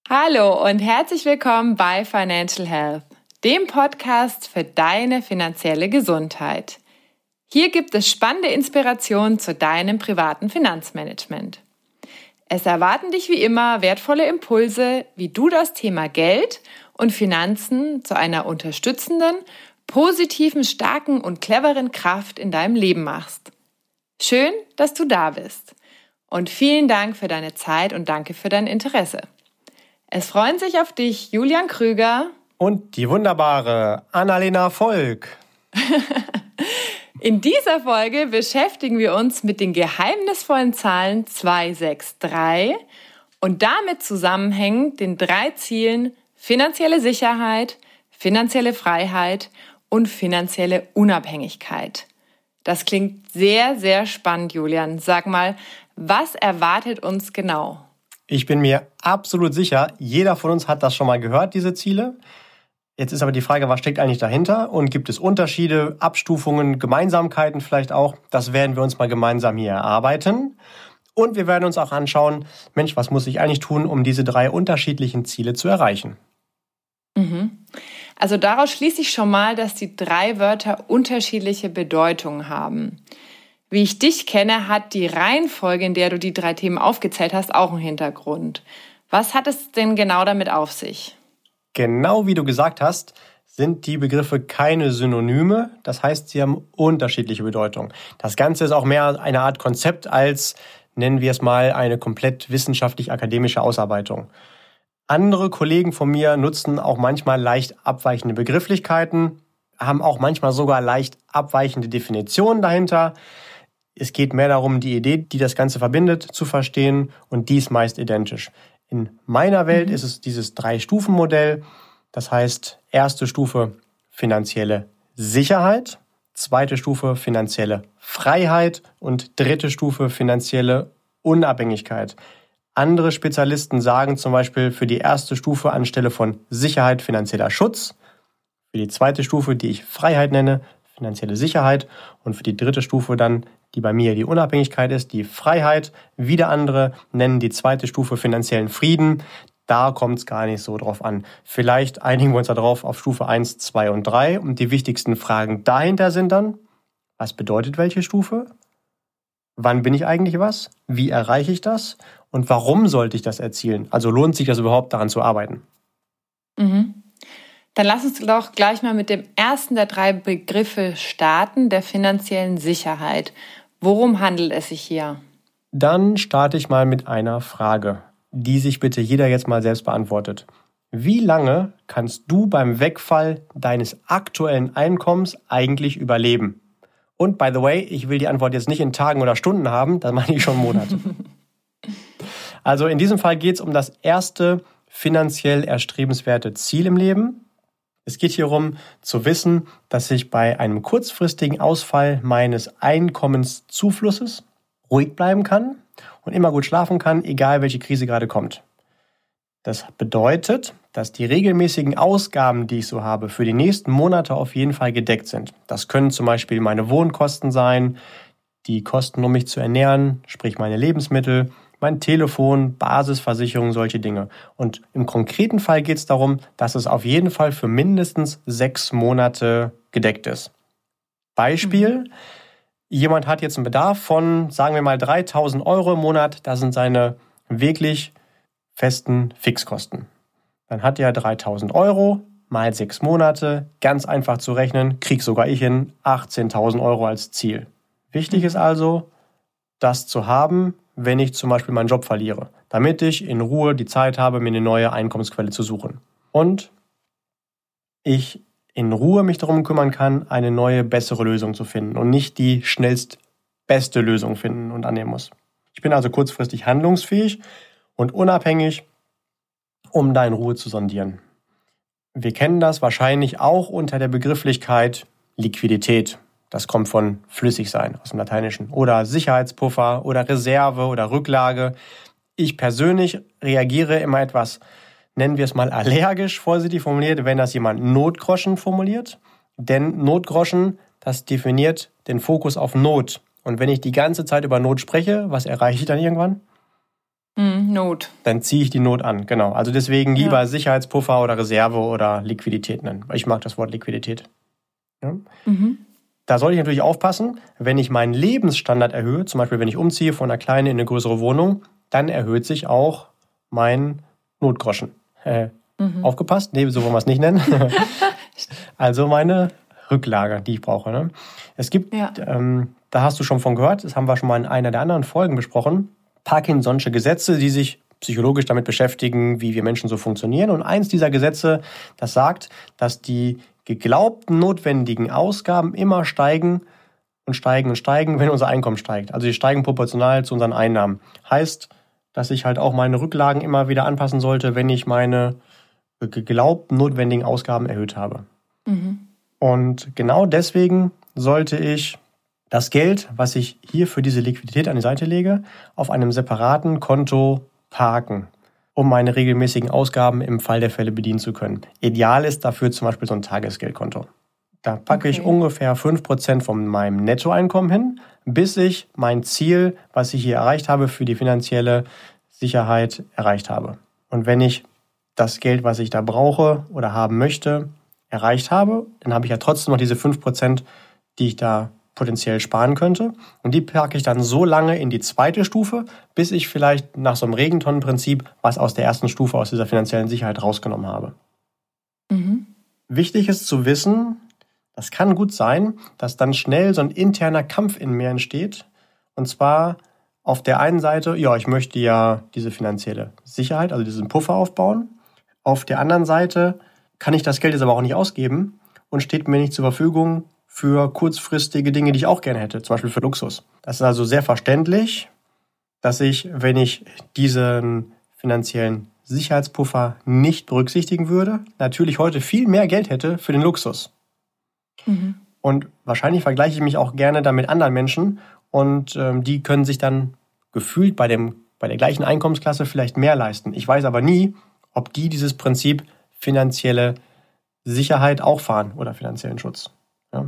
Hallo und herzlich willkommen bei Financial Health, dem Podcast für deine finanzielle Gesundheit. Hier gibt es spannende Inspirationen zu deinem privaten Finanzmanagement. Es erwarten dich wie immer wertvolle Impulse, wie du das Thema Geld und Finanzen zu einer unterstützenden, positiven, starken und cleveren Kraft in deinem Leben machst. Schön, dass du da bist. Und vielen Dank für deine Zeit und danke für dein Interesse. Es freuen sich auf dich Julian Krüger und die wunderbare Annalena Volk. In dieser Folge beschäftigen wir uns mit den geheimnisvollen Zahlen 263 und damit zusammenhängend den 3 Zielen finanzielle Sicherheit, finanzielle Freiheit und finanzielle Unabhängigkeit. Das klingt sehr, sehr spannend, Julian. Sag mal, was erwartet uns genau? Ich bin mir absolut sicher, jeder von uns hat das schon mal gehört, diese Ziele. Jetzt ist aber die Frage, was steckt eigentlich dahinter? Und gibt es Unterschiede, Abstufungen, Gemeinsamkeiten vielleicht auch? Das werden wir uns mal gemeinsam hier erarbeiten. Und wir werden uns auch anschauen, Mensch, was muss ich eigentlich tun, um diese 3 unterschiedlichen Ziele zu erreichen? Also daraus schließe ich schon mal, dass die 3 Wörter unterschiedliche Bedeutungen haben. Wie ich dich kenne, hat die Reihenfolge, in der du die 3 Themen aufgezählt hast, auch einen Hintergrund. Was hat es denn genau damit auf sich? Genau wie du gesagt hast, sind die Begriffe keine Synonyme. Das heißt, sie haben unterschiedliche Bedeutungen. Das Ganze ist auch mehr eine Art Konzept als, nennen wir es mal, eine komplett wissenschaftlich-akademische Ausarbeitung. Andere Kollegen von mir nutzen auch manchmal leicht abweichende Begrifflichkeiten, haben auch manchmal sogar leicht abweichende Definitionen dahinter. Es geht mehr darum, die Idee, die das Ganze verbindet, zu verstehen und die ist meist identisch. In meiner Welt ist es dieses 3-Stufen-Modell. Das heißt, erste Stufe finanzielle Sicherheit, zweite Stufe finanzielle Freiheit und dritte Stufe finanzielle Unabhängigkeit. Andere Spezialisten sagen zum Beispiel für die erste Stufe anstelle von Sicherheit finanzieller Schutz, für die zweite Stufe, die ich Freiheit nenne, finanzielle Sicherheit und für die dritte Stufe dann, die bei mir die Unabhängigkeit ist, die Freiheit. Wieder andere nennen die zweite Stufe finanziellen Frieden. Da kommt es gar nicht so drauf an. Vielleicht einigen wir uns darauf auf Stufe 1, 2 und 3 und die wichtigsten Fragen dahinter sind dann, was bedeutet welche Stufe? Wann bin ich eigentlich was? Wie erreiche ich das? Und warum sollte ich das erzielen? Also lohnt sich das überhaupt, daran zu arbeiten? Dann lass uns doch gleich mal mit dem ersten der 3 Begriffe starten, der finanziellen Sicherheit. Worum handelt es sich hier? Dann starte ich mal mit einer Frage, die sich bitte jeder jetzt mal selbst beantwortet. Wie lange kannst du beim Wegfall deines aktuellen Einkommens eigentlich überleben? Und by the way, ich will die Antwort jetzt nicht in Tagen oder Stunden haben, das meine ich schon Monate. Also in diesem Fall geht es um das erste finanziell erstrebenswerte Ziel im Leben. Es geht hier darum, zu wissen, dass ich bei einem kurzfristigen Ausfall meines Einkommenszuflusses ruhig bleiben kann und immer gut schlafen kann, egal welche Krise gerade kommt. Das bedeutet, dass die regelmäßigen Ausgaben, die ich so habe, für die nächsten Monate auf jeden Fall gedeckt sind. Das können zum Beispiel meine Wohnkosten sein, die Kosten, um mich zu ernähren, sprich meine Lebensmittel, mein Telefon, Basisversicherung, solche Dinge. Und im konkreten Fall geht es darum, dass es auf jeden Fall für mindestens 6 Monate gedeckt ist. Beispiel, jemand hat jetzt einen Bedarf von, sagen wir mal, 3.000 € im Monat. Das sind seine wirklich festen Fixkosten. Dann hat er 3.000 € mal 6 Monate, ganz einfach zu rechnen, krieg sogar ich hin, 18.000 € als Ziel. Wichtig ist also, das zu haben, wenn ich zum Beispiel meinen Job verliere, damit ich in Ruhe die Zeit habe, mir eine neue Einkommensquelle zu suchen. Und ich in Ruhe mich darum kümmern kann, eine neue, bessere Lösung zu finden und nicht die schnellst beste Lösung finden und annehmen muss. Ich bin also kurzfristig handlungsfähig und unabhängig, um da in Ruhe zu sondieren. Wir kennen das wahrscheinlich auch unter der Begrifflichkeit Liquidität. Das kommt von flüssig sein aus dem Lateinischen. Oder Sicherheitspuffer oder Reserve oder Rücklage. Ich persönlich reagiere immer etwas, nennen wir es mal allergisch, vorsichtig formuliert, wenn das jemand Notgroschen formuliert. Denn Notgroschen, das definiert den Fokus auf Not. Und wenn ich die ganze Zeit über Not spreche, was erreiche ich dann irgendwann? Not. Dann ziehe ich die Not an, genau. Also deswegen lieber Sicherheitspuffer oder Reserve oder Liquidität nennen. Ich mag das Wort Liquidität. Ja? Da sollte ich natürlich aufpassen, wenn ich meinen Lebensstandard erhöhe, zum Beispiel wenn ich umziehe von einer kleinen in eine größere Wohnung, dann erhöht sich auch mein Notgroschen. Aufgepasst? Nee, so wollen wir es nicht nennen. Also meine Rücklage, die ich brauche. Ne? Es gibt, da hast du schon von gehört, das haben wir schon mal in einer der anderen Folgen besprochen, Parkinson'sche Gesetze, die sich psychologisch damit beschäftigen, wie wir Menschen so funktionieren. Und eins dieser Gesetze, das sagt, dass die geglaubten notwendigen Ausgaben immer steigen und steigen und steigen, wenn unser Einkommen steigt. Also die steigen proportional zu unseren Einnahmen. Heißt, dass ich halt auch meine Rücklagen immer wieder anpassen sollte, wenn ich meine geglaubten notwendigen Ausgaben erhöht habe. Und genau deswegen sollte ich das Geld, was ich hier für diese Liquidität an die Seite lege, auf einem separaten Konto parken, um meine regelmäßigen Ausgaben im Fall der Fälle bedienen zu können. Ideal ist dafür zum Beispiel so ein Tagesgeldkonto. Da packe ich ungefähr 5% von meinem Nettoeinkommen hin, bis ich mein Ziel, was ich hier erreicht habe, für die finanzielle Sicherheit erreicht habe. Und wenn ich das Geld, was ich da brauche oder haben möchte, erreicht habe, dann habe ich ja trotzdem noch diese 5%, die ich da potenziell sparen könnte. Und die packe ich dann so lange in die zweite Stufe, bis ich vielleicht nach so einem Regentonnenprinzip was aus der ersten Stufe, aus dieser finanziellen Sicherheit rausgenommen habe. Wichtig ist zu wissen, das kann gut sein, dass dann schnell so ein interner Kampf in mir entsteht. Und zwar auf der einen Seite, ich möchte ja diese finanzielle Sicherheit, also diesen Puffer aufbauen. Auf der anderen Seite kann ich das Geld jetzt aber auch nicht ausgeben und steht mir nicht zur Verfügung für kurzfristige Dinge, die ich auch gerne hätte, zum Beispiel für Luxus. Das ist also sehr verständlich, dass ich, wenn ich diesen finanziellen Sicherheitspuffer nicht berücksichtigen würde, natürlich heute viel mehr Geld hätte für den Luxus. Und wahrscheinlich vergleiche ich mich auch gerne dann mit anderen Menschen und die können sich dann gefühlt bei der gleichen Einkommensklasse vielleicht mehr leisten. Ich weiß aber nie, ob die dieses Prinzip finanzielle Sicherheit auch fahren oder finanziellen Schutz. Ja.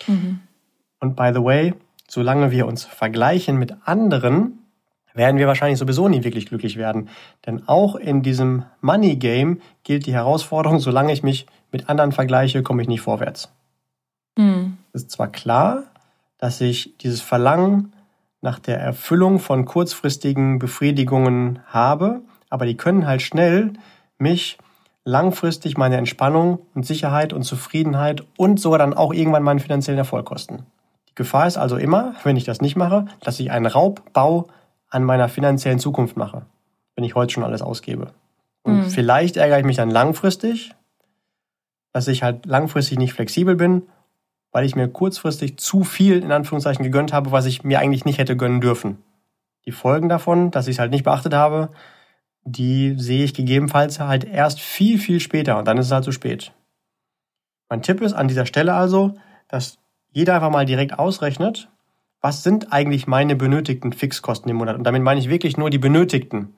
Und by the way, solange wir uns vergleichen mit anderen, werden wir wahrscheinlich sowieso nie wirklich glücklich werden. Denn auch in diesem Money Game gilt die Herausforderung, solange ich mich mit anderen vergleiche, komme ich nicht vorwärts. Es ist zwar klar, dass ich dieses Verlangen nach der Erfüllung von kurzfristigen Befriedigungen habe, aber die können halt schnell mich langfristig meine Entspannung und Sicherheit und Zufriedenheit und sogar dann auch irgendwann meinen finanziellen Erfolg kosten. Die Gefahr ist also immer, wenn ich das nicht mache, dass ich einen Raubbau an meiner finanziellen Zukunft mache, wenn ich heute schon alles ausgebe. Und vielleicht ärgere ich mich dann langfristig, dass ich halt langfristig nicht flexibel bin, weil ich mir kurzfristig zu viel, in Anführungszeichen, gegönnt habe, was ich mir eigentlich nicht hätte gönnen dürfen. Die Folgen davon, dass ich es halt nicht beachtet habe, die sehe ich gegebenenfalls halt erst viel, viel später und dann ist es halt zu spät. Mein Tipp ist an dieser Stelle also, dass jeder einfach mal direkt ausrechnet, was sind eigentlich meine benötigten Fixkosten im Monat? Und damit meine ich wirklich nur die benötigten.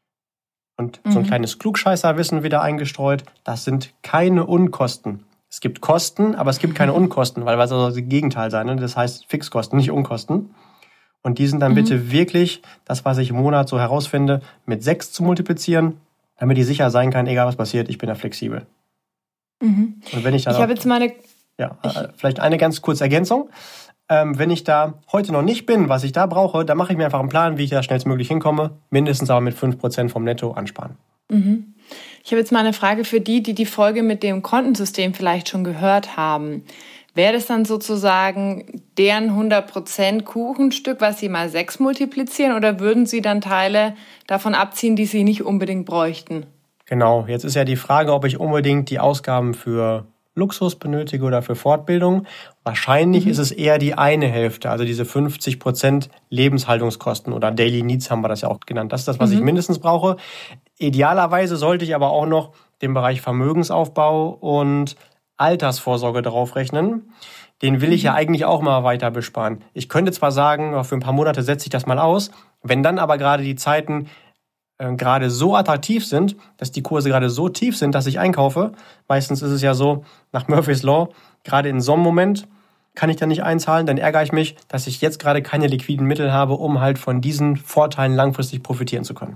Und so ein kleines Klugscheißerwissen wieder eingestreut, das sind keine Unkosten. Es gibt Kosten, aber es gibt keine Unkosten, weil soll das Gegenteil sein. Ne? Das heißt Fixkosten, nicht Unkosten. Und die sind dann bitte wirklich, das, was ich im Monat so herausfinde, mit 6 zu multiplizieren, damit ich sicher sein kann, egal was passiert, ich bin da flexibel. Und wenn ich dann vielleicht eine ganz kurze Ergänzung. Wenn ich da heute noch nicht bin, was ich da brauche, dann mache ich mir einfach einen Plan, wie ich da schnellstmöglich hinkomme, mindestens aber mit 5% vom Netto ansparen. Ich habe jetzt mal eine Frage für die Folge mit dem Kontensystem vielleicht schon gehört haben. Wäre das dann sozusagen deren 100% Kuchenstück, was Sie mal 6 multiplizieren, oder würden Sie dann Teile davon abziehen, die Sie nicht unbedingt bräuchten? Genau, jetzt ist ja die Frage, ob ich unbedingt die Ausgaben für Luxus benötige oder für Fortbildung. Wahrscheinlich ist es eher die eine Hälfte, also diese 50% Lebenshaltungskosten oder Daily Needs haben wir das ja auch genannt. Das ist das, was ich mindestens brauche. Idealerweise sollte ich aber auch noch den Bereich Vermögensaufbau und Altersvorsorge darauf rechnen. Den will ich ja eigentlich auch mal weiter besparen. Ich könnte zwar sagen, für ein paar Monate setze ich das mal aus, wenn dann aber gerade die Zeiten gerade so attraktiv sind, dass die Kurse gerade so tief sind, dass ich einkaufe. Meistens ist es ja so, nach Murphy's Law, gerade in so einem Moment kann ich dann nicht einzahlen, dann ärgere ich mich, dass ich jetzt gerade keine liquiden Mittel habe, um halt von diesen Vorteilen langfristig profitieren zu können.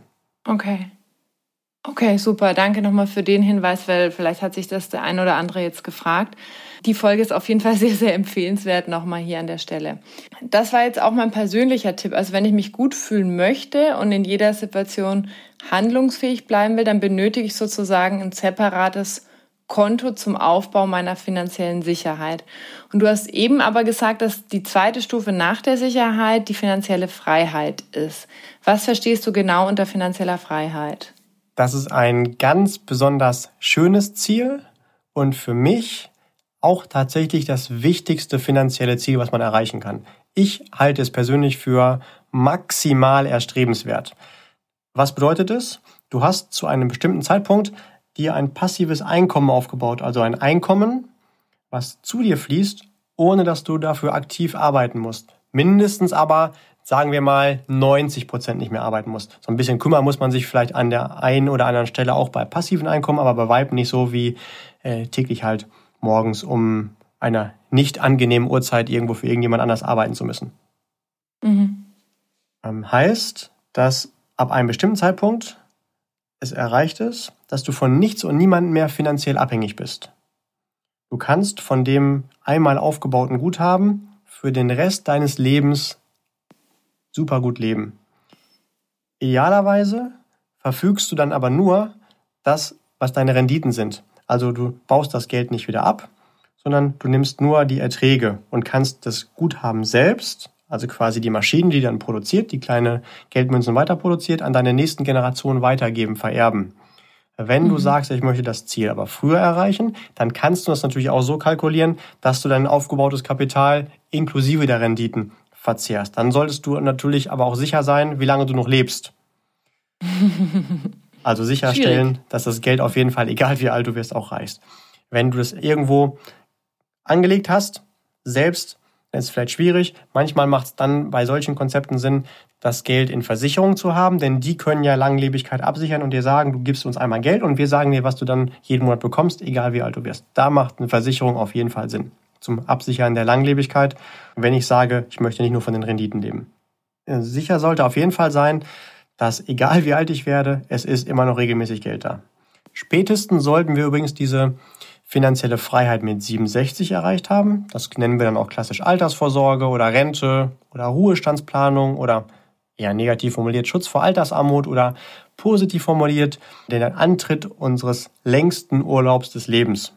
Okay. Okay, super. Danke nochmal für den Hinweis, weil vielleicht hat sich das der ein oder andere jetzt gefragt. Die Folge ist auf jeden Fall sehr, sehr empfehlenswert, nochmal hier an der Stelle. Das war jetzt auch mein persönlicher Tipp. Also wenn ich mich gut fühlen möchte und in jeder Situation handlungsfähig bleiben will, dann benötige ich sozusagen ein separates Konto zum Aufbau meiner finanziellen Sicherheit. Und du hast eben aber gesagt, dass die zweite Stufe nach der Sicherheit die finanzielle Freiheit ist. Was verstehst du genau unter finanzieller Freiheit? Das ist ein ganz besonders schönes Ziel und für mich auch tatsächlich das wichtigste finanzielle Ziel, was man erreichen kann. Ich halte es persönlich für maximal erstrebenswert. Was bedeutet es? Du hast zu einem bestimmten Zeitpunkt dir ein passives Einkommen aufgebaut, also ein Einkommen, was zu dir fließt, ohne dass du dafür aktiv arbeiten musst. Mindestens aber, sagen wir mal, 90% nicht mehr arbeiten musst. So ein bisschen kümmern muss man sich vielleicht an der einen oder anderen Stelle auch bei passiven Einkommen, aber bei Weitem nicht so wie täglich halt morgens um einer nicht angenehmen Uhrzeit irgendwo für irgendjemand anders arbeiten zu müssen. Heißt, dass ab einem bestimmten Zeitpunkt es erreicht ist, dass du von nichts und niemandem mehr finanziell abhängig bist. Du kannst von dem einmal aufgebauten Guthaben für den Rest deines Lebens super gut leben. Idealerweise verfügst du dann aber nur das, was deine Renditen sind. Also du baust das Geld nicht wieder ab, sondern du nimmst nur die Erträge und kannst das Guthaben selbst, also quasi die Maschinen, die dann produziert, die kleine Geldmünzen weiter produziert, an deine nächsten Generationen weitergeben, vererben. Wenn du sagst, ich möchte das Ziel aber früher erreichen, dann kannst du das natürlich auch so kalkulieren, dass du dein aufgebautes Kapital inklusive der Renditen verzehrst. Dann solltest du natürlich aber auch sicher sein, wie lange du noch lebst. Also sicherstellen, dass das Geld auf jeden Fall, egal wie alt du wirst, auch reicht. Wenn du das irgendwo angelegt hast, selbst, dann ist es vielleicht schwierig. Manchmal macht es dann bei solchen Konzepten Sinn, das Geld in Versicherungen zu haben, denn die können ja Langlebigkeit absichern und dir sagen, du gibst uns einmal Geld und wir sagen dir, was du dann jeden Monat bekommst, egal wie alt du wirst. Da macht eine Versicherung auf jeden Fall Sinn zum Absichern der Langlebigkeit, wenn ich sage, ich möchte nicht nur von den Renditen leben. Sicher sollte auf jeden Fall sein, dass egal wie alt ich werde, es ist immer noch regelmäßig Geld da. Spätestens sollten wir übrigens diese finanzielle Freiheit mit 67 erreicht haben. Das nennen wir dann auch klassisch Altersvorsorge oder Rente oder Ruhestandsplanung oder eher negativ formuliert Schutz vor Altersarmut oder positiv formuliert den Antritt unseres längsten Urlaubs des Lebens.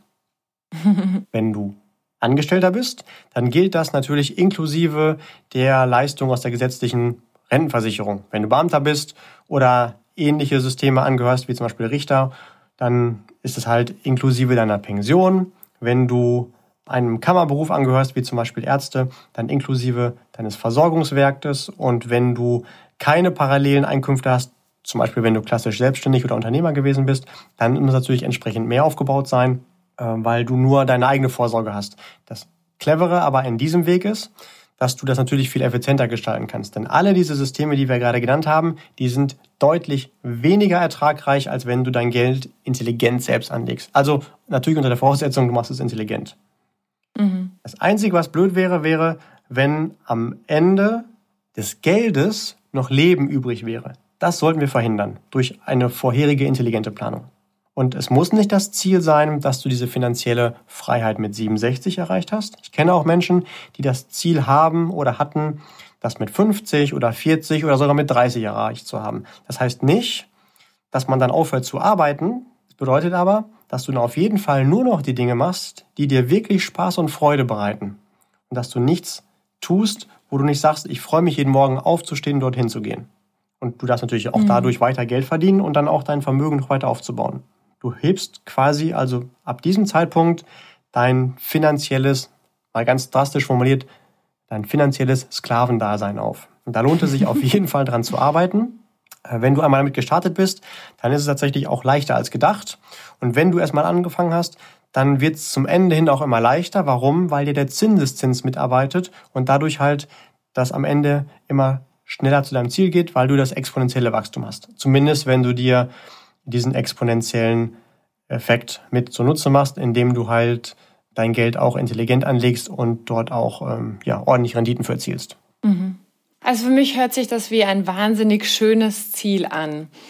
Wenn du Angestellter bist, dann gilt das natürlich inklusive der Leistung aus der gesetzlichen Rentenversicherung. Wenn du Beamter bist oder ähnliche Systeme angehörst, wie zum Beispiel Richter, dann ist es halt inklusive deiner Pension. Wenn du einem Kammerberuf angehörst, wie zum Beispiel Ärzte, dann inklusive deines Versorgungswerkes. Und wenn du keine parallelen Einkünfte hast, zum Beispiel wenn du klassisch selbstständig oder Unternehmer gewesen bist, dann muss natürlich entsprechend mehr aufgebaut sein, weil du nur deine eigene Vorsorge hast. Das Clevere aber in diesem Weg ist, dass du das natürlich viel effizienter gestalten kannst. Denn alle diese Systeme, die wir gerade genannt haben, die sind deutlich weniger ertragreich, als wenn du dein Geld intelligent selbst anlegst. Also natürlich unter der Voraussetzung, du machst es intelligent. Das Einzige, was blöd wäre, wäre, wenn am Ende des Geldes noch Leben übrig wäre. Das sollten wir verhindern durch eine vorherige intelligente Planung. Und es muss nicht das Ziel sein, dass du diese finanzielle Freiheit mit 67 erreicht hast. Ich kenne auch Menschen, die das Ziel haben oder hatten, das mit 50 oder 40 oder sogar mit 30 erreicht zu haben. Das heißt nicht, dass man dann aufhört zu arbeiten. Das bedeutet aber, dass du dann auf jeden Fall nur noch die Dinge machst, die dir wirklich Spaß und Freude bereiten. Und dass du nichts tust, wo du nicht sagst, ich freue mich jeden Morgen aufzustehen und dorthin zu gehen. Und du darfst natürlich auch dadurch weiter Geld verdienen und dann auch dein Vermögen noch weiter aufzubauen. Du hebst quasi also ab diesem Zeitpunkt dein finanzielles, mal ganz drastisch formuliert, dein finanzielles Sklavendasein auf. Und da lohnt es sich auf jeden Fall dran zu arbeiten. Wenn du einmal damit gestartet bist, dann ist es tatsächlich auch leichter als gedacht. Und wenn du erstmal angefangen hast, dann wird es zum Ende hin auch immer leichter. Warum? Weil dir der Zinseszins mitarbeitet und dadurch halt das am Ende immer schneller zu deinem Ziel geht, weil du das exponentielle Wachstum hast. Zumindest wenn du dir diesen exponentiellen Effekt mit zunutze machst, indem du halt dein Geld auch intelligent anlegst und dort auch ordentlich Renditen für erzielst. Also für mich hört sich das wie ein wahnsinnig schönes Ziel an.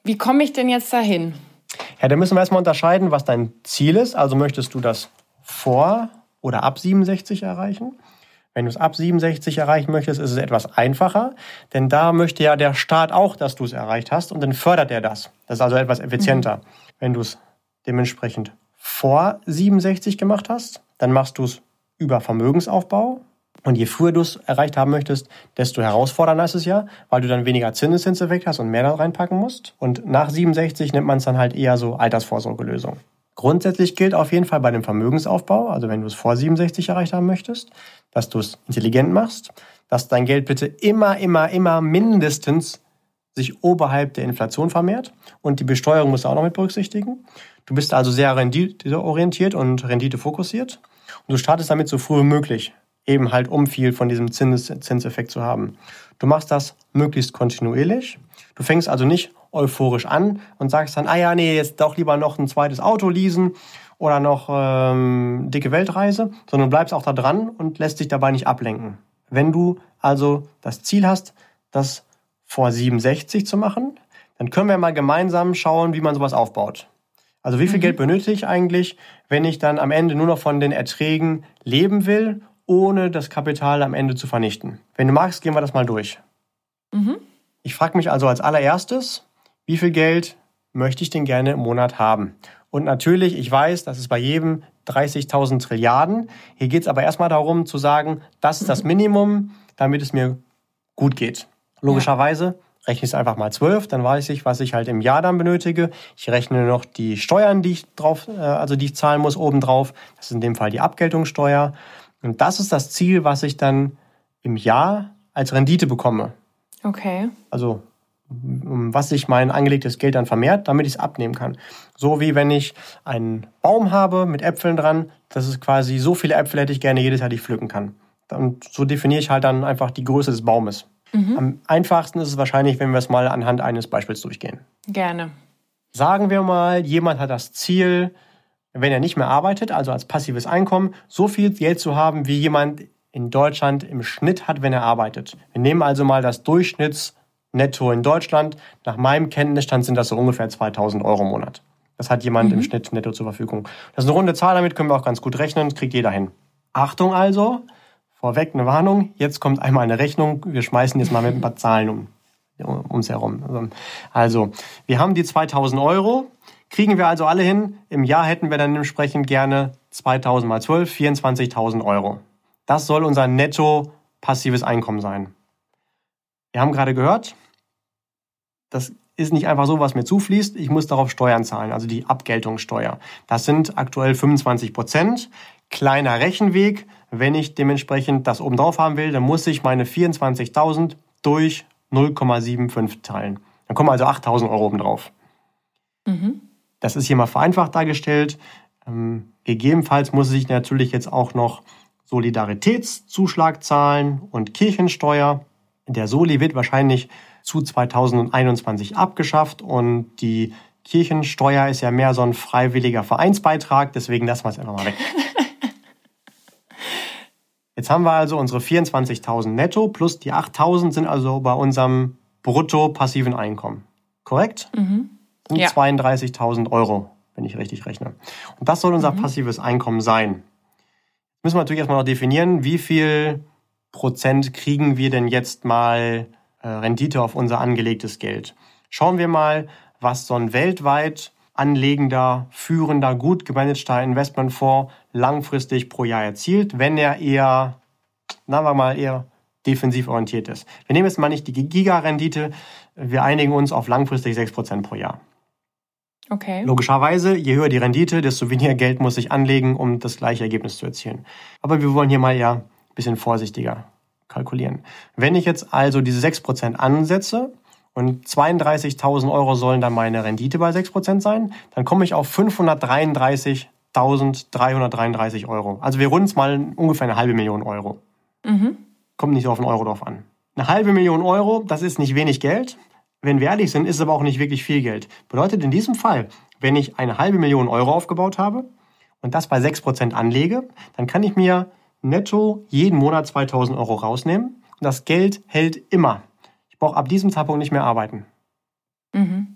Wie komme ich denn jetzt dahin? Ja, da müssen wir erstmal unterscheiden, was dein Ziel ist. Also möchtest du das vor oder ab 67 erreichen? Wenn du es ab 67 erreichen möchtest, ist es etwas einfacher, denn da möchte ja der Staat auch, dass du es erreicht hast und dann fördert er das. Das ist also etwas effizienter. Wenn du es dementsprechend vor 67 gemacht hast, dann machst du es über Vermögensaufbau. Und je früher du es erreicht haben möchtest, desto herausfordernder ist es ja, weil du dann weniger Zinseszinseffekt hast und mehr da reinpacken musst. Und nach 67 nennt man es dann halt eher so Altersvorsorgelösung. Grundsätzlich gilt auf jeden Fall bei dem Vermögensaufbau, also wenn du es vor 67 erreicht haben möchtest, dass du es intelligent machst, dass dein Geld bitte immer mindestens sich oberhalb der Inflation vermehrt. Und die Besteuerung musst du auch noch mit berücksichtigen. Du bist also sehr renditeorientiert und renditefokussiert. Und du startest damit so früh wie möglich, eben halt um viel von diesem Zinseffekt zu haben. Du machst das möglichst kontinuierlich. Du fängst also nicht euphorisch an und sagst dann, jetzt doch lieber noch ein zweites Auto leasen oder noch dicke Weltreise, sondern du bleibst auch da dran und lässt dich dabei nicht ablenken. Wenn du also das Ziel hast, das vor 67 zu machen, dann können wir mal gemeinsam schauen, wie man sowas aufbaut. Also wie viel Geld benötige ich eigentlich, wenn ich dann am Ende nur noch von den Erträgen leben will, ohne das Kapital am Ende zu vernichten? Wenn du magst, gehen wir das mal durch. Ich frage mich also als allererstes, wie viel Geld möchte ich denn gerne im Monat haben? Und natürlich, ich weiß, das ist bei jedem 30.000 Trilliarden. Hier geht es aber erstmal darum zu sagen, das ist das Minimum, damit es mir gut geht. Logischerweise rechne ich es einfach mal 12, dann weiß ich, was ich halt im Jahr dann benötige. Ich rechne noch die Steuern, die ich zahlen muss, obendrauf. Das ist in dem Fall die Abgeltungssteuer. Und das ist das Ziel, was ich dann im Jahr als Rendite bekomme. Okay. Also was sich mein angelegtes Geld dann vermehrt, damit ich es abnehmen kann. So wie wenn ich einen Baum habe mit Äpfeln dran, das ist quasi so viele Äpfel hätte ich gerne jedes Jahr, die ich pflücken kann. Und so definiere ich halt dann einfach die Größe des Baumes. Am einfachsten ist es wahrscheinlich, wenn wir es mal anhand eines Beispiels durchgehen. Gerne. Sagen wir mal, jemand hat das Ziel, wenn er nicht mehr arbeitet, also als passives Einkommen, so viel Geld zu haben, wie jemand in Deutschland im Schnitt hat, wenn er arbeitet. Wir nehmen also mal das Durchschnittsnetto in Deutschland. Nach meinem Kenntnisstand sind das so ungefähr 2.000 € im Monat. Das hat jemand im Schnitt netto zur Verfügung. Das ist eine runde Zahl, damit können wir auch ganz gut rechnen, das kriegt jeder hin. Achtung also, vorweg eine Warnung, jetzt kommt einmal eine Rechnung, wir schmeißen jetzt mal mit ein paar Zahlen ums herum. Also, wir haben die 2.000 €, kriegen wir also alle hin. Im Jahr hätten wir dann entsprechend gerne 2.000 mal 12, 24.000 €. Das soll unser netto passives Einkommen sein. Wir haben gerade gehört, das ist nicht einfach so, was mir zufließt. Ich muss darauf Steuern zahlen, also die Abgeltungssteuer. Das sind aktuell 25%. Kleiner Rechenweg. Wenn ich dementsprechend das oben drauf haben will, dann muss ich meine 24.000 durch 0,75 teilen. Dann kommen also 8.000 € oben drauf. Das ist hier mal vereinfacht dargestellt. Gegebenenfalls muss ich natürlich jetzt auch noch Solidaritätszuschlag zahlen und Kirchensteuer. Der Soli wird wahrscheinlich zu 2021 abgeschafft und die Kirchensteuer ist ja mehr so ein freiwilliger Vereinsbeitrag, deswegen lassen wir es einfach mal weg. Jetzt haben wir also unsere 24.000 netto plus die 8.000 sind also bei unserem brutto passiven Einkommen. Korrekt? Sind 32.000 €, wenn ich richtig rechne. Und das soll unser passives Einkommen sein. Müssen wir natürlich erstmal noch definieren, wie viel Prozent kriegen wir denn jetzt mal Rendite auf unser angelegtes Geld. Schauen wir mal, was so ein weltweit anlegender, führender, gut gemanagter Investmentfonds langfristig pro Jahr erzielt, wenn er eher defensiv orientiert ist. Wir nehmen jetzt mal nicht die Giga-Rendite, wir einigen uns auf langfristig 6% pro Jahr. Okay. Logischerweise, je höher die Rendite, desto weniger Geld muss ich anlegen, um das gleiche Ergebnis zu erzielen. Aber wir wollen hier mal eher ein bisschen vorsichtiger kalkulieren. Wenn ich jetzt also diese 6% ansetze und 32.000 € sollen dann meine Rendite bei 6% sein, dann komme ich auf 533.333 €. Also wir runden es mal ungefähr 500.000 €. Kommt nicht so auf einen Euro drauf an. 500.000 €, das ist nicht wenig Geld. Wenn wir ehrlich sind, ist es aber auch nicht wirklich viel Geld. Bedeutet in diesem Fall, wenn ich 500.000 € aufgebaut habe und das bei 6% anlege, dann kann ich mir netto jeden Monat 2.000 € rausnehmen. Und das Geld hält immer. Ich brauche ab diesem Zeitpunkt nicht mehr arbeiten.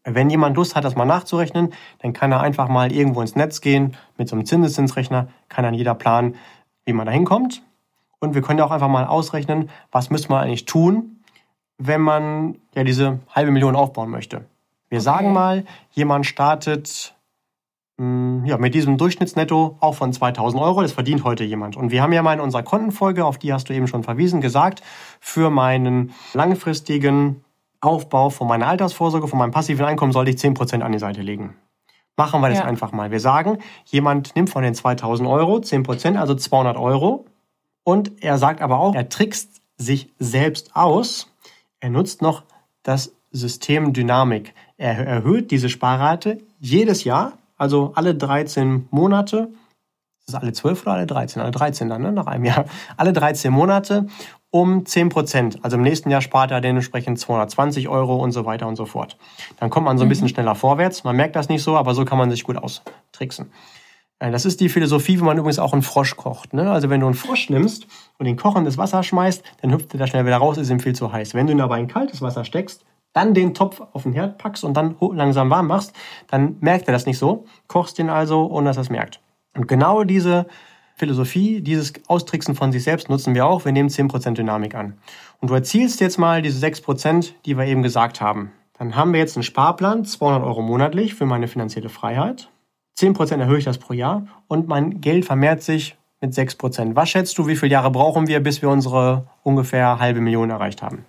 Wenn jemand Lust hat, das mal nachzurechnen, dann kann er einfach mal irgendwo ins Netz gehen, mit so einem Zinseszinsrechner, kann dann jeder planen, wie man da hinkommt. Und wir können ja auch einfach mal ausrechnen, was müsste man eigentlich tun, wenn man ja diese 500.000 aufbauen möchte. Wir sagen mal, jemand startet mit diesem Durchschnittsnetto auch von 2.000 Euro. Das verdient heute jemand. Und wir haben ja mal in unserer Kontenfolge, auf die hast du eben schon verwiesen, gesagt, für meinen langfristigen Aufbau von meiner Altersvorsorge, von meinem passiven Einkommen sollte ich 10% an die Seite legen. Machen wir das einfach mal. Wir sagen, jemand nimmt von den 2.000 Euro 10%, also 200 Euro. Und er sagt aber auch, er trickst sich selbst aus. Er nutzt noch das System Dynamik. Er erhöht diese Sparrate jedes Jahr, also alle 13 Monate. Ist das alle 12 oder alle 13? Alle 13 dann, ne? Nach einem Jahr. Alle 13 Monate um 10%. Also im nächsten Jahr spart er dementsprechend 220 Euro und so weiter und so fort. Dann kommt man so ein bisschen schneller vorwärts. Man merkt das nicht so, aber so kann man sich gut austricksen. Das ist die Philosophie, wie man übrigens auch einen Frosch kocht. Ne? Also wenn du einen Frosch nimmst und in kochendes Wasser schmeißt, dann hüpft er da schnell wieder raus, ist ihm viel zu heiß. Wenn du ihn aber in kaltes Wasser steckst, dann den Topf auf den Herd packst und dann langsam warm machst, dann merkt er das nicht so. Kochst ihn also, ohne dass er es merkt. Und genau diese Philosophie, dieses Austricksen von sich selbst nutzen wir auch. Wir nehmen 10% Dynamik an. Und du erzielst jetzt mal diese 6%, die wir eben gesagt haben. Dann haben wir jetzt einen Sparplan, 200 Euro monatlich für meine finanzielle Freiheit. 10% erhöhe ich das pro Jahr und mein Geld vermehrt sich mit 6%. Was schätzt du, wie viele Jahre brauchen wir, bis wir unsere ungefähr 500.000 erreicht haben?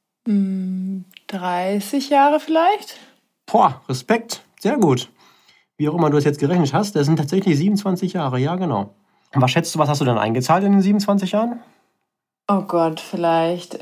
30 Jahre vielleicht? Boah, Respekt. Sehr gut. Wie auch immer du es jetzt gerechnet hast, das sind tatsächlich 27 Jahre. Ja, genau. Und was schätzt du, was hast du dann eingezahlt in den 27 Jahren? Oh Gott, vielleicht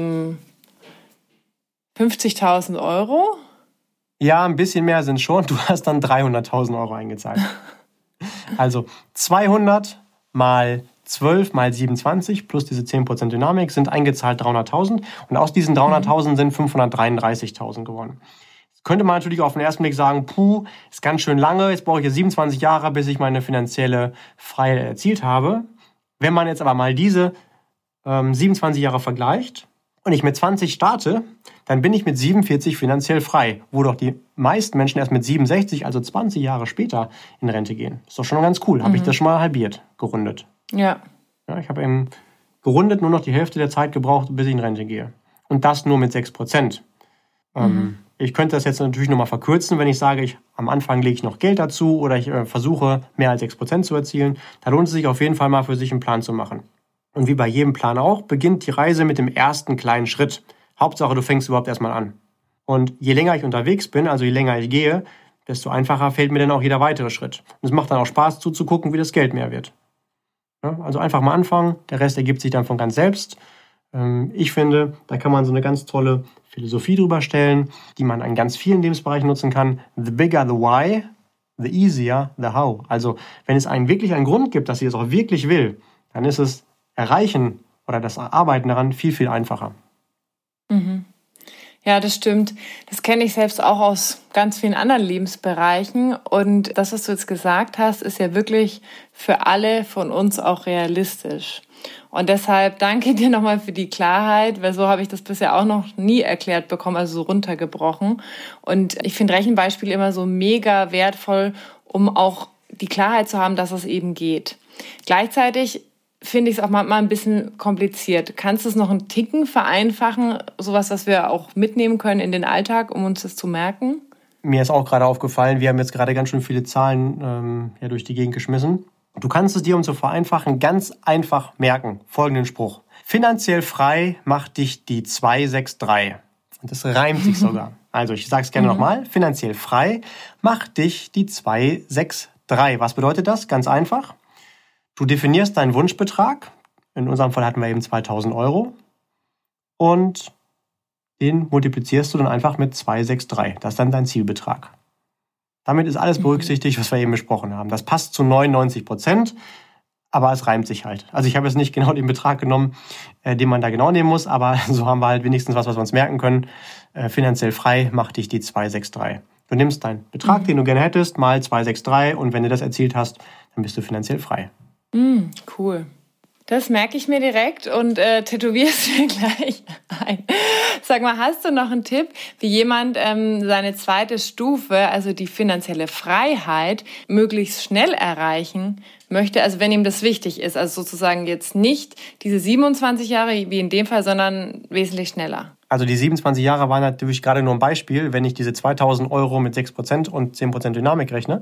50.000 Euro? Ja, ein bisschen mehr sind schon. Du hast dann 300.000 Euro eingezahlt. Also 200 mal 12 mal 27 plus diese 10% Dynamik sind eingezahlt 300.000. Und aus diesen 300.000 sind 533.000 geworden. Jetzt könnte man natürlich auf den ersten Blick sagen, ist ganz schön lange. Jetzt brauche ich ja 27 Jahre, bis ich meine finanzielle Freiheit erzielt habe. Wenn man jetzt aber mal diese 27 Jahre vergleicht und ich mit 20 starte, dann bin ich mit 47 finanziell frei, wo doch die meisten Menschen erst mit 67, also 20 Jahre später, in Rente gehen. Ist doch schon ganz cool. Habe ich das schon mal halbiert, gerundet. Ja. Ich habe eben gerundet nur noch die Hälfte der Zeit gebraucht, bis ich in Rente gehe. Und das nur mit 6%. Ich könnte das jetzt natürlich nochmal verkürzen, wenn ich sage, am Anfang lege ich noch Geld dazu oder ich versuche, mehr als 6% zu erzielen. Da lohnt es sich auf jeden Fall mal für sich einen Plan zu machen. Und wie bei jedem Plan auch, beginnt die Reise mit dem ersten kleinen Schritt. Hauptsache, du fängst überhaupt erstmal an. Und je länger ich unterwegs bin, also je länger ich gehe, desto einfacher fällt mir dann auch jeder weitere Schritt. Und es macht dann auch Spaß zuzugucken, wie das Geld mehr wird. Ja, also einfach mal anfangen, der Rest ergibt sich dann von ganz selbst. Ich finde, da kann man so eine ganz tolle Philosophie drüber stellen, die man in ganz vielen Lebensbereichen nutzen kann. The bigger the why, the easier the how. Also wenn es wirklich einen Grund gibt, dass ich es auch wirklich will, dann ist es Erreichen oder das Arbeiten daran viel, viel einfacher. Ja, das stimmt. Das kenne ich selbst auch aus ganz vielen anderen Lebensbereichen. Und das, was du jetzt gesagt hast, ist ja wirklich für alle von uns auch realistisch. Und deshalb danke dir nochmal für die Klarheit, weil so habe ich das bisher auch noch nie erklärt bekommen, also so runtergebrochen. Und ich finde Rechenbeispiele immer so mega wertvoll, um auch die Klarheit zu haben, dass es eben geht. Gleichzeitig finde ich es auch manchmal ein bisschen kompliziert. Kannst du es noch einen Ticken vereinfachen, sowas, was wir auch mitnehmen können in den Alltag, um uns das zu merken? Mir ist auch gerade aufgefallen, wir haben jetzt gerade ganz schön viele Zahlen durch die Gegend geschmissen. Du kannst es dir, um zu vereinfachen, ganz einfach merken. Folgenden Spruch. Finanziell frei macht dich die 263. Und das reimt sich sogar. Also ich sage es gerne nochmal. Finanziell frei macht dich die 263. Was bedeutet das? Ganz einfach. Du definierst deinen Wunschbetrag, in unserem Fall hatten wir eben 2.000 Euro, und den multiplizierst du dann einfach mit 263. Das ist dann dein Zielbetrag. Damit ist alles berücksichtigt, was wir eben besprochen haben. Das passt zu 99%, aber es reimt sich halt. Also ich habe jetzt nicht genau den Betrag genommen, den man da genau nehmen muss, aber so haben wir halt wenigstens was wir uns merken können. Finanziell frei macht dich die 263. Du nimmst deinen Betrag, den du gerne hättest, mal 263, und wenn du das erzielt hast, dann bist du finanziell frei. Cool. Das merke ich mir direkt und tätowiere es mir gleich ein. Sag mal, hast du noch einen Tipp, wie jemand seine zweite Stufe, also die finanzielle Freiheit, möglichst schnell erreichen möchte? Also wenn ihm das wichtig ist, also sozusagen jetzt nicht diese 27 Jahre wie in dem Fall, sondern wesentlich schneller. Also die 27 Jahre waren natürlich gerade nur ein Beispiel, wenn ich diese 2.000 € mit 6% und 10% Dynamik rechne.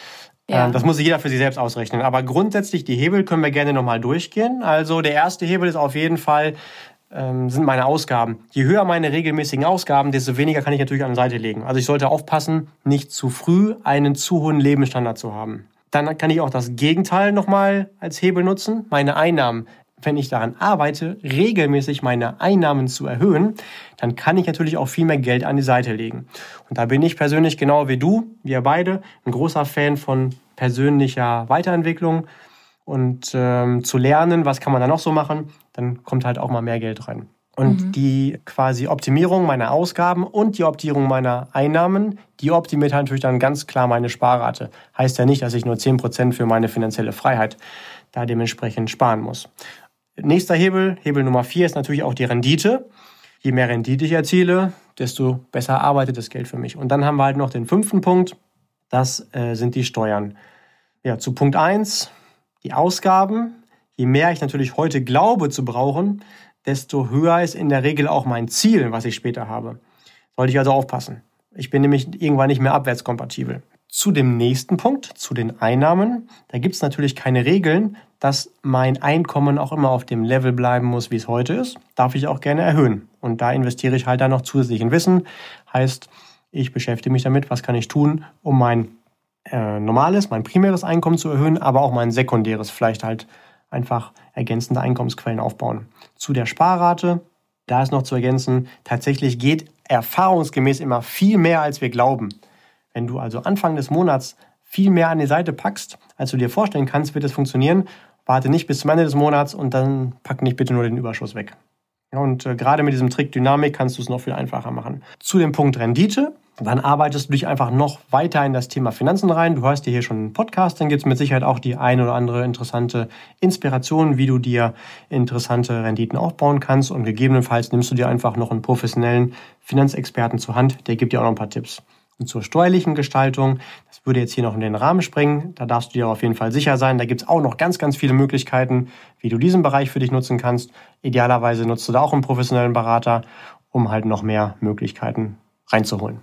Ja. Das muss sich jeder für sich selbst ausrechnen. Aber grundsätzlich, die Hebel können wir gerne nochmal durchgehen. Also der erste Hebel ist auf jeden Fall, sind meine Ausgaben. Je höher meine regelmäßigen Ausgaben, desto weniger kann ich natürlich an die Seite legen. Also ich sollte aufpassen, nicht zu früh einen zu hohen Lebensstandard zu haben. Dann kann ich auch das Gegenteil nochmal als Hebel nutzen, meine Einnahmen. Wenn ich daran arbeite, regelmäßig meine Einnahmen zu erhöhen, dann kann ich natürlich auch viel mehr Geld an die Seite legen. Und da bin ich persönlich genau wie du, wir beide, ein großer Fan von persönlicher Weiterentwicklung und zu lernen, was kann man da noch so machen, dann kommt halt auch mal mehr Geld rein. Und die quasi Optimierung meiner Ausgaben und die Optimierung meiner Einnahmen, die optimiert halt natürlich dann ganz klar meine Sparrate. Heißt ja nicht, dass ich nur 10% für meine finanzielle Freiheit da dementsprechend sparen muss. Nächster Hebel, Hebel Nummer 4, ist natürlich auch die Rendite. Je mehr Rendite ich erziele, desto besser arbeitet das Geld für mich. Und dann haben wir halt noch den 5. Punkt, das sind die Steuern. Ja, zu Punkt 1, die Ausgaben. Je mehr ich natürlich heute glaube zu brauchen, desto höher ist in der Regel auch mein Ziel, was ich später habe. Sollte ich also aufpassen. Ich bin nämlich irgendwann nicht mehr abwärtskompatibel. Zu dem nächsten Punkt, zu den Einnahmen, da gibt es natürlich keine Regeln, dass mein Einkommen auch immer auf dem Level bleiben muss, wie es heute ist. Darf ich auch gerne erhöhen. Und da investiere ich halt dann noch zusätzlich in Wissen. Heißt, ich beschäftige mich damit, was kann ich tun, um mein normales, mein primäres Einkommen zu erhöhen, aber auch mein sekundäres, vielleicht halt einfach ergänzende Einkommensquellen aufbauen. Zu der Sparrate, da ist noch zu ergänzen, tatsächlich geht erfahrungsgemäß immer viel mehr, als wir glauben. Wenn du also Anfang des Monats viel mehr an die Seite packst, als du dir vorstellen kannst, wird es funktionieren. Warte nicht bis zum Ende des Monats und dann pack nicht bitte nur den Überschuss weg. Ja, und gerade mit diesem Trick Dynamik kannst du es noch viel einfacher machen. Zu dem Punkt Rendite, dann arbeitest du dich einfach noch weiter in das Thema Finanzen rein. Du hörst dir hier schon einen Podcast, dann gibt es mit Sicherheit auch die ein oder andere interessante Inspiration, wie du dir interessante Renditen aufbauen kannst. Und gegebenenfalls nimmst du dir einfach noch einen professionellen Finanzexperten zur Hand, der gibt dir auch noch ein paar Tipps. Und zur steuerlichen Gestaltung, das würde jetzt hier noch in den Rahmen sprengen, da darfst du dir auf jeden Fall sicher sein. Da gibt es auch noch ganz, ganz viele Möglichkeiten, wie du diesen Bereich für dich nutzen kannst. Idealerweise nutzt du da auch einen professionellen Berater, um halt noch mehr Möglichkeiten reinzuholen.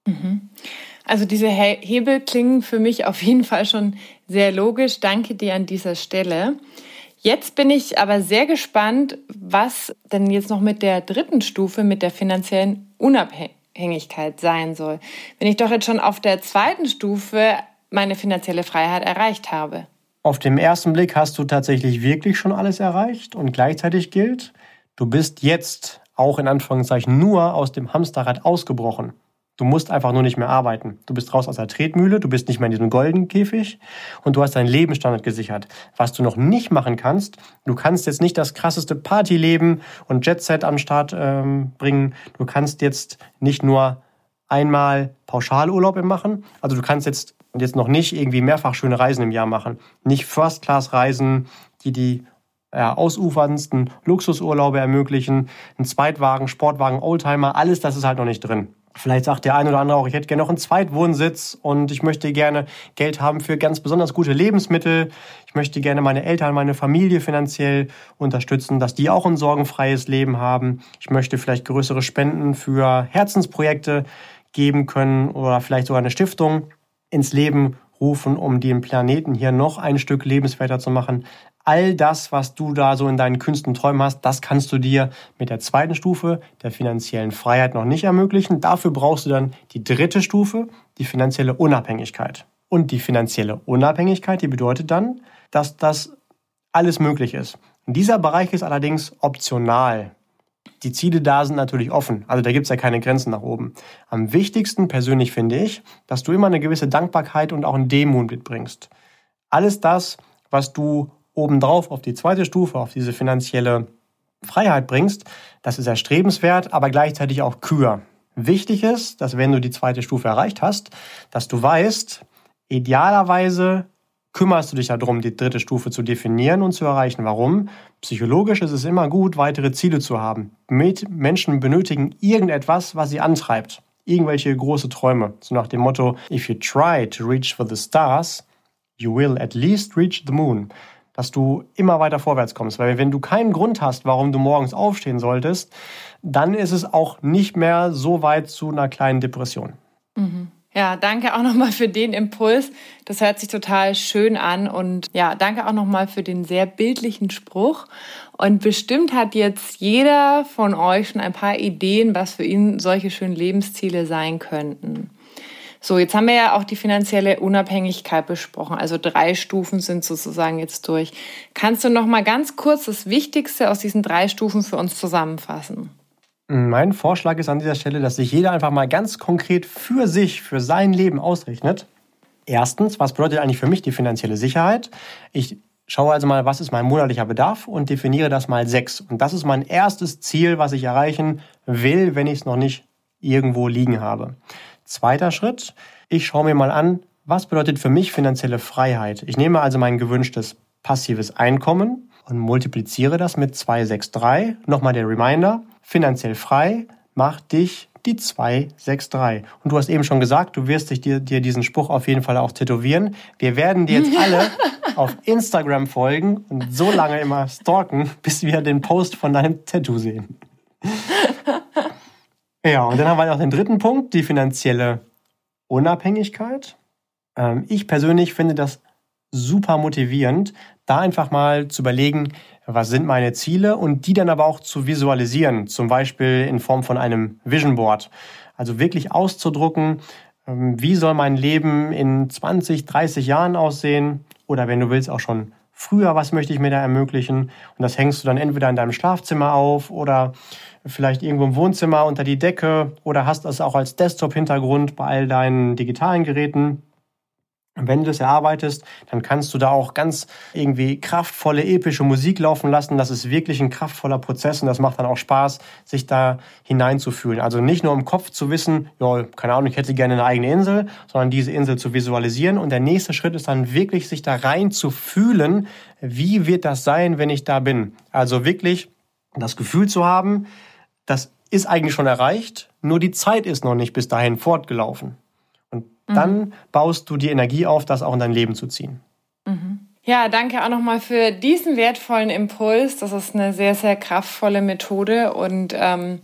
Also diese Hebel klingen für mich auf jeden Fall schon sehr logisch. Danke dir an dieser Stelle. Jetzt bin ich aber sehr gespannt, was denn jetzt noch mit der 3. Stufe, mit der finanziellen Unabhängigkeit sein soll, wenn ich doch jetzt schon auf der 2. Stufe meine finanzielle Freiheit erreicht habe. Auf den ersten Blick hast du tatsächlich wirklich schon alles erreicht und gleichzeitig gilt, du bist jetzt auch in Anführungszeichen nur aus dem Hamsterrad ausgebrochen. Du musst einfach nur nicht mehr arbeiten. Du bist raus aus der Tretmühle, du bist nicht mehr in diesem goldenen Käfig und du hast deinen Lebensstandard gesichert. Was du noch nicht machen kannst, du kannst jetzt nicht das krasseste Partyleben und Jetset am Start bringen. Du kannst jetzt nicht nur einmal Pauschalurlaub machen. Also du kannst jetzt noch nicht irgendwie mehrfach schöne Reisen im Jahr machen. Nicht First-Class-Reisen, die ausuferndsten Luxusurlaube ermöglichen. Ein Zweitwagen, Sportwagen, Oldtimer, alles das ist halt noch nicht drin. Vielleicht sagt der eine oder andere auch, ich hätte gerne noch einen Zweitwohnsitz und ich möchte gerne Geld haben für ganz besonders gute Lebensmittel. Ich möchte gerne meine Eltern, meine Familie finanziell unterstützen, dass die auch ein sorgenfreies Leben haben. Ich möchte vielleicht größere Spenden für Herzensprojekte geben können oder vielleicht sogar eine Stiftung ins Leben rufen, um den Planeten hier noch ein Stück lebenswerter zu machen. All das, was du da so in deinen kühnsten Träumen hast, das kannst du dir mit der 2. Stufe der finanziellen Freiheit noch nicht ermöglichen. Dafür brauchst du dann die 3. Stufe, die finanzielle Unabhängigkeit. Und die finanzielle Unabhängigkeit, die bedeutet dann, dass das alles möglich ist. Und dieser Bereich ist allerdings optional. Die Ziele da sind natürlich offen, also da gibt es ja keine Grenzen nach oben. Am wichtigsten persönlich finde ich, dass du immer eine gewisse Dankbarkeit und auch einen Demut mitbringst. Alles das, was du obendrauf auf die 2. Stufe, auf diese finanzielle Freiheit bringst, das ist erstrebenswert, aber gleichzeitig auch Kür. Wichtig ist, dass wenn du die 2. Stufe erreicht hast, dass du weißt, idealerweise kümmerst du dich darum, die dritte Stufe zu definieren und zu erreichen. Warum? Psychologisch ist es immer gut, weitere Ziele zu haben. Menschen benötigen irgendetwas, was sie antreibt. Irgendwelche große Träume. So nach dem Motto, if you try to reach for the stars, you will at least reach the moon. Dass du immer weiter vorwärts kommst. Weil wenn du keinen Grund hast, warum du morgens aufstehen solltest, dann ist es auch nicht mehr so weit zu einer kleinen Depression. Mhm. Ja, danke auch nochmal für den Impuls. Das hört sich total schön an. Und ja, danke auch nochmal für den sehr bildlichen Spruch. Und bestimmt hat jetzt jeder von euch schon ein paar Ideen, was für ihn solche schönen Lebensziele sein könnten. So, jetzt haben wir ja auch die finanzielle Unabhängigkeit besprochen. Also 3 Stufen sind sozusagen jetzt durch. Kannst du noch mal ganz kurz das Wichtigste aus diesen 3 Stufen für uns zusammenfassen? Mein Vorschlag ist an dieser Stelle, dass sich jeder einfach mal ganz konkret für sich, für sein Leben ausrechnet. Erstens, was bedeutet eigentlich für mich die finanzielle Sicherheit? Ich schaue also mal, was ist mein monatlicher Bedarf und definiere das mal 6. Und das ist mein erstes Ziel, was ich erreichen will, wenn ich es noch nicht irgendwo liegen habe. Zweiter Schritt, ich schaue mir mal an, was bedeutet für mich finanzielle Freiheit. Ich nehme also mein gewünschtes passives Einkommen und multipliziere das mit 263. Nochmal der Reminder, finanziell frei macht dich die 263. Und du hast eben schon gesagt, du wirst dir diesen Spruch auf jeden Fall auch tätowieren. Wir werden dir jetzt alle auf Instagram folgen und so lange immer stalken, bis wir den Post von deinem Tattoo sehen. Ja, und dann haben wir noch den dritten Punkt, die finanzielle Unabhängigkeit. Ich persönlich finde das super motivierend, da einfach mal zu überlegen, was sind meine Ziele und die dann aber auch zu visualisieren, zum Beispiel in Form von einem Vision Board. Also wirklich auszudrucken, wie soll mein Leben in 20, 30 Jahren aussehen oder wenn du willst auch schon früher, was möchte ich mir da ermöglichen? Und das hängst du dann entweder in deinem Schlafzimmer auf oder vielleicht irgendwo im Wohnzimmer unter die Decke oder hast es auch als Desktop-Hintergrund bei all deinen digitalen Geräten. Und wenn du das erarbeitest, dann kannst du da auch ganz irgendwie kraftvolle, epische Musik laufen lassen. Das ist wirklich ein kraftvoller Prozess und das macht dann auch Spaß, sich da hineinzufühlen. Also nicht nur im Kopf zu wissen, ja, keine Ahnung, ich hätte gerne eine eigene Insel, sondern diese Insel zu visualisieren. Und der nächste Schritt ist dann wirklich, sich da rein zu fühlen, wie wird das sein, wenn ich da bin. Also wirklich das Gefühl zu haben, das ist eigentlich schon erreicht, nur die Zeit ist noch nicht bis dahin fortgelaufen. Und dann baust du die Energie auf, das auch in dein Leben zu ziehen. Ja, danke auch nochmal für diesen wertvollen Impuls. Das ist eine sehr, sehr kraftvolle Methode und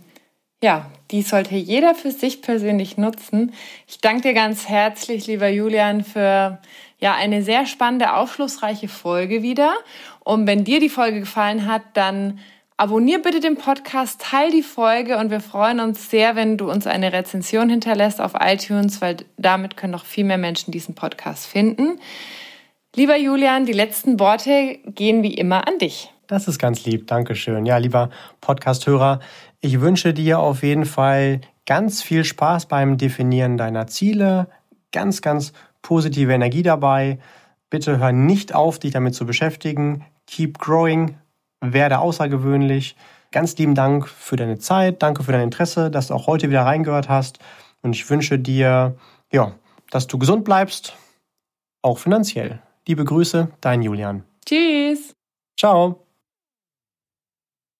die sollte jeder für sich persönlich nutzen. Ich danke dir ganz herzlich, lieber Julian, für eine sehr spannende, aufschlussreiche Folge wieder. Und wenn dir die Folge gefallen hat, dann abonnier bitte den Podcast, teil die Folge und wir freuen uns sehr, wenn du uns eine Rezension hinterlässt auf iTunes, weil damit können noch viel mehr Menschen diesen Podcast finden. Lieber Julian, die letzten Worte gehen wie immer an dich. Das ist ganz lieb, Dankeschön. Ja, lieber Podcast-Hörer, ich wünsche dir auf jeden Fall ganz viel Spaß beim Definieren deiner Ziele, ganz, ganz positive Energie dabei. Bitte hör nicht auf, dich damit zu beschäftigen. Keep growing. Werde außergewöhnlich. Ganz lieben Dank für deine Zeit, danke für dein Interesse, dass du auch heute wieder reingehört hast. Und ich wünsche dir, dass du gesund bleibst, auch finanziell. Liebe Grüße, dein Julian. Tschüss. Ciao.